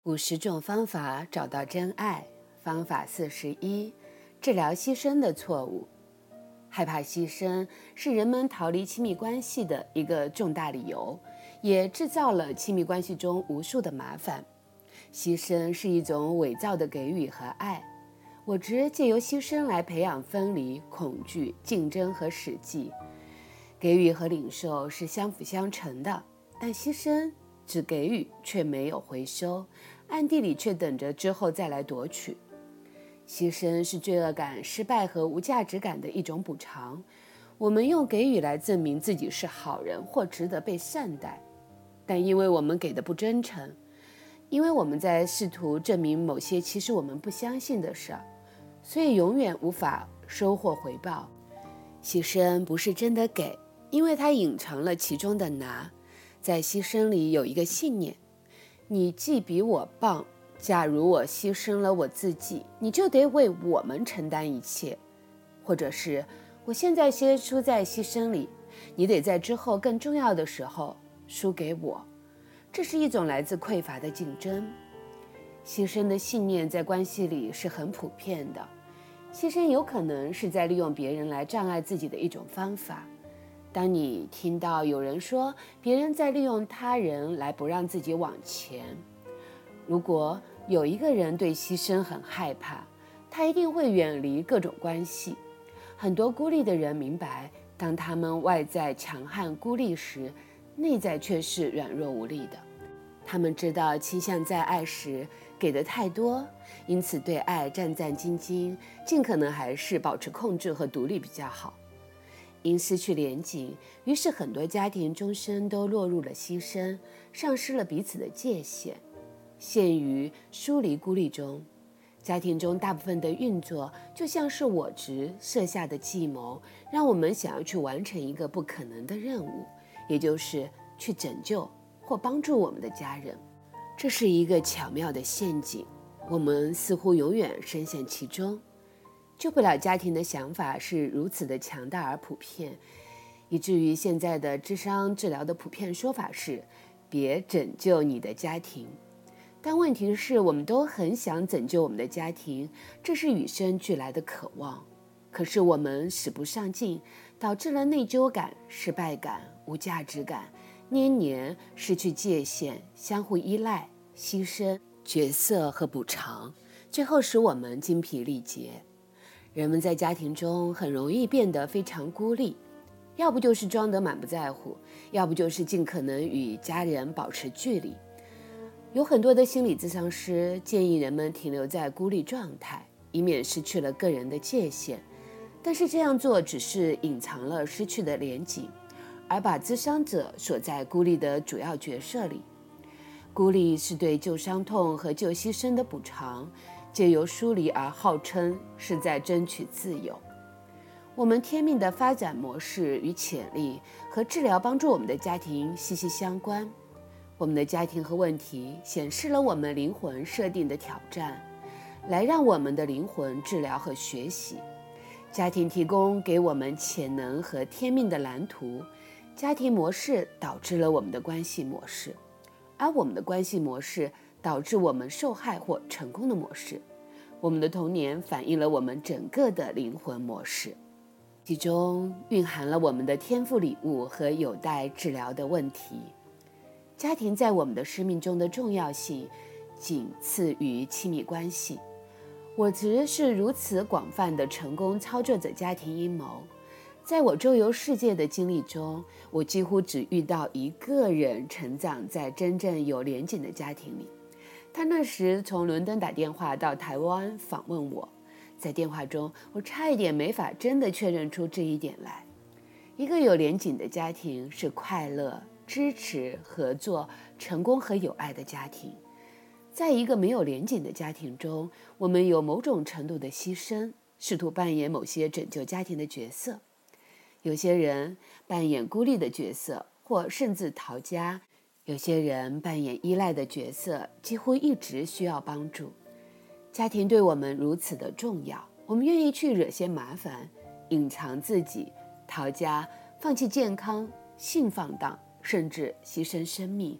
50种方法找到真爱，方法41，治疗牺牲的错误。害怕牺牲是人们逃离亲密关系的一个重大理由，也制造了亲密关系中无数的麻烦。牺牲是一种伪造的给予和爱，我只借由牺牲来培养分离、恐惧、竞争和实际。给予和领受是相辅相成的，但牺牲只给予却没有回收，暗地里却等着之后再来夺取。牺牲是罪恶感、失败和无价值感的一种补偿。我们用给予来证明自己是好人或值得被善待，但因为我们给的不真诚，因为我们在试图证明某些其实我们不相信的事，所以永远无法收获回报。牺牲不是真的给，因为它隐藏了其中的拿。在牺牲里有一个信念，你既比我棒，假如我牺牲了我自己，你就得为我们承担一切。或者是我现在先输在牺牲里，你得在之后更重要的时候输给我。这是一种来自匮乏的竞争。牺牲的信念在关系里是很普遍的，牺牲有可能是在利用别人来障碍自己的一种方法。当你听到有人说别人在利用他人来不让自己往前，如果有一个人对牺牲很害怕，他一定会远离各种关系。很多孤立的人明白，当他们外在强悍孤立时，内在却是软弱无力的。他们知道倾向在爱时给的太多，因此对爱战战兢兢，尽可能还是保持控制和独立比较好。因失去联警，于是很多家庭终身都落入了牺牲，丧失了彼此的界限，陷于疏离孤立中。家庭中大部分的运作就像是我执设下的计谋，让我们想要去完成一个不可能的任务，也就是去拯救或帮助我们的家人。这是一个巧妙的陷阱，我们似乎永远深陷其中。救不了家庭的想法是如此的强大而普遍，以至于现在的諮商治疗的普遍说法是别拯救你的家庭。但问题是，我们都很想拯救我们的家庭，这是与生俱来的渴望。可是我们使不上劲，导致了内疚感、失败感、无价值感，年年失去界限、相互依赖、牺牲、角色和补偿，最后使我们精疲力竭。人们在家庭中很容易变得非常孤立，要不就是装得满不在乎，要不就是尽可能与家人保持距离。有很多的心理咨商师建议人们停留在孤立状态，以免失去了个人的界限，但是这样做只是隐藏了失去的联警，而把咨商者锁在孤立的主要角色里。孤立是对旧伤痛和旧牺牲的补偿，借由疏离而号称是在争取自由。我们天命的发展模式与潜力和治疗帮助我们的家庭息息相关。我们的家庭和问题显示了我们灵魂设定的挑战，来让我们的灵魂治疗和学习。家庭提供给我们潜能和天命的蓝图，家庭模式导致了我们的关系模式，而我们的关系模式导致我们受害或成功的模式。我们的童年反映了我们整个的灵魂模式，其中蕴含了我们的天赋礼物和有待治疗的问题。家庭在我们的生命中的重要性仅次于亲密关系。我执是如此广泛的成功操作者家庭阴谋。在我周游世界的经历中，我几乎只遇到一个人成长在真正有联警的家庭里。他那时从伦敦打电话到台湾访问我，在电话中我差一点没法真的确认出这一点来。一个有联警的家庭是快乐、支持、合作、成功和有爱的家庭。在一个没有联警的家庭中，我们有某种程度的牺牲，试图扮演某些拯救家庭的角色。有些人扮演孤立的角色，或甚至逃家；有些人扮演依赖的角色，几乎一直需要帮助。家庭对我们如此的重要，我们愿意去惹些麻烦，隐藏自己，逃家，放弃健康，性放荡，甚至牺牲生命，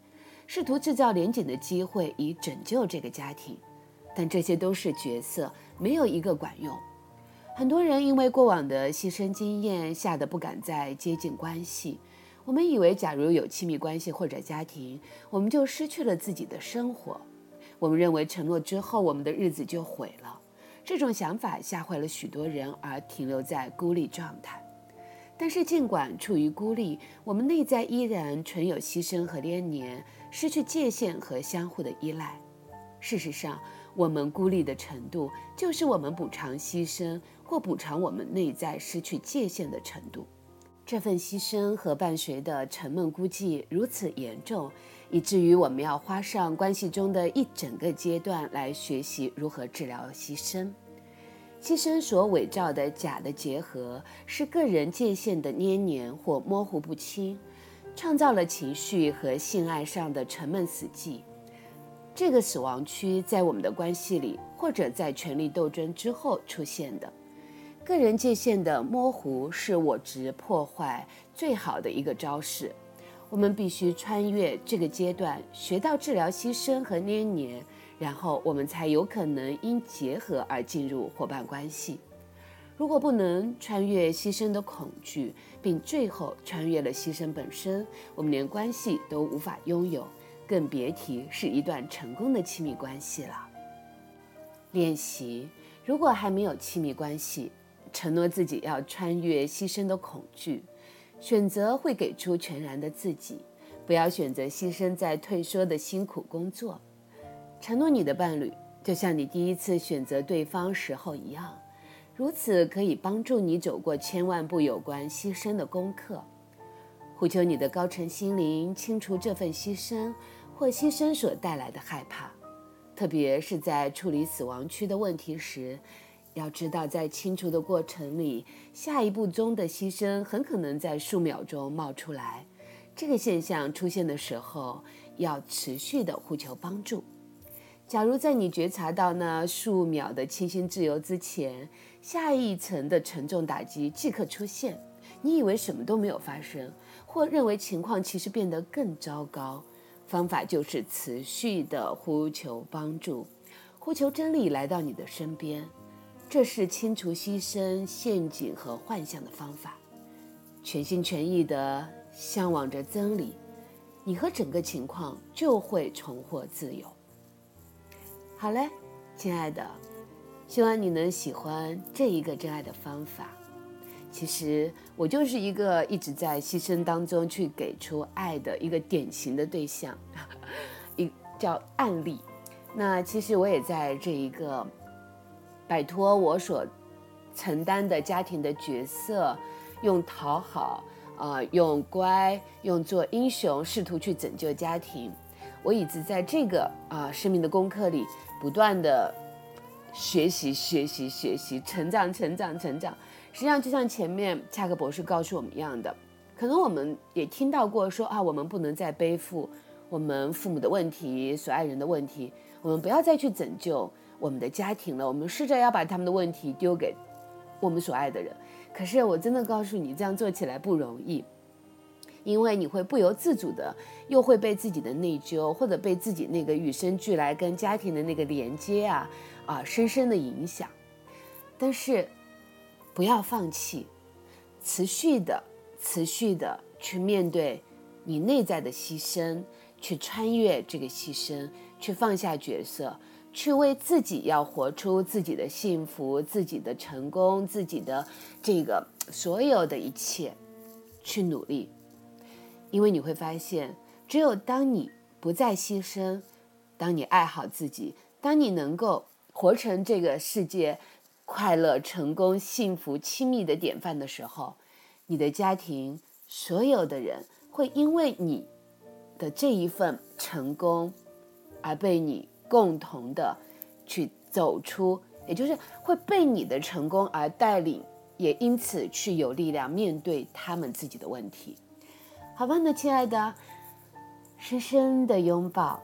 试图制造连结的机会以拯救这个家庭，但这些都是角色，没有一个管用。很多人因为过往的牺牲经验，吓得不敢再接近关系。我们以为假如有亲密关系或者家庭，我们就失去了自己的生活。我们认为承诺之后，我们的日子就毁了。这种想法吓坏了许多人，而停留在孤立状态。但是尽管处于孤立，我们内在依然存有牺牲和连结，失去界限和相互的依赖。事实上，我们孤立的程度，就是我们补偿牺牲或补偿我们内在失去界限的程度。这份牺牲和伴随的沉闷孤寂如此严重，以至于我们要花上关系中的一整个阶段来学习如何治疗牺牲。牺牲所伪造的假的结合，是个人界限的黏黏或模糊不清，创造了情绪和性爱上的沉闷死寂。这个死亡区在我们的关系里，或者在权力斗争之后出现的。个人界限的模糊是我执破坏最好的一个招式。我们必须穿越这个阶段，学到治疗牺牲和黏黏，然后我们才有可能因结合而进入伙伴关系。如果不能穿越牺牲的恐惧，并最后穿越了牺牲本身，我们连关系都无法拥有，更别提是一段成功的亲密关系了。练习：如果还没有亲密关系，承诺自己要穿越牺牲的恐惧，选择会给出全然的自己，不要选择牺牲在退缩的辛苦工作。承诺你的伴侣，就像你第一次选择对方时候一样，如此可以帮助你走过千万步有关牺牲的功课。呼求你的高层心灵清除这份牺牲或牺牲所带来的害怕，特别是在处理死亡区的问题时，要知道在清除的过程里，下一步中的牺牲很可能在数秒钟冒出来。这个现象出现的时候，要持续的呼求帮助。假如在你觉察到那数秒的清新自由之前，下一层的沉重打击即刻出现，你以为什么都没有发生，或认为情况其实变得更糟糕，方法就是持续的呼求帮助，呼求真理来到你的身边。这是清除牺牲、陷阱和幻象的方法。全心全意地向往着真理，你和整个情况就会重获自由。好嘞，亲爱的，希望你能喜欢这一个真爱的方法。其实我就是一个一直在牺牲当中去给出爱的一个典型的对象，叫案例。那其实我也在这一个摆脱我所承担的家庭的角色，用讨好用乖，用做英雄，试图去拯救家庭。我一直在这个生命的功课里不断的学习，成长。实际上就像前面恰克博士告诉我们一样的，可能我们也听到过说我们不能再背负我们父母的问题，所爱人的问题，我们不要再去拯救我们的家庭了，我们试着要把他们的问题丢给我们所爱的人。可是我真的告诉你，这样做起来不容易，因为你会不由自主的又会被自己的内疚，或者被自己那个与生俱来跟家庭的那个连接深深的影响。但是不要放弃，持续的去面对你内在的牺牲，去穿越这个牺牲，去放下角色，去为自己要活出自己的幸福，自己的成功，自己的这个所有的一切去努力。因为你会发现，只有当你不再牺牲，当你爱好自己，当你能够活成这个世界快乐、成功、幸福、亲密的典范的时候，你的家庭所有的人会因为你的这一份成功而被你共同的去走出，也就是会被你的成功而带领，也因此去有力量面对他们自己的问题。好吧，那亲爱的，深深的拥抱，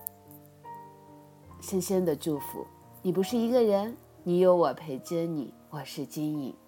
深深的祝福。你不是一个人，你有我陪着你，我是金颖。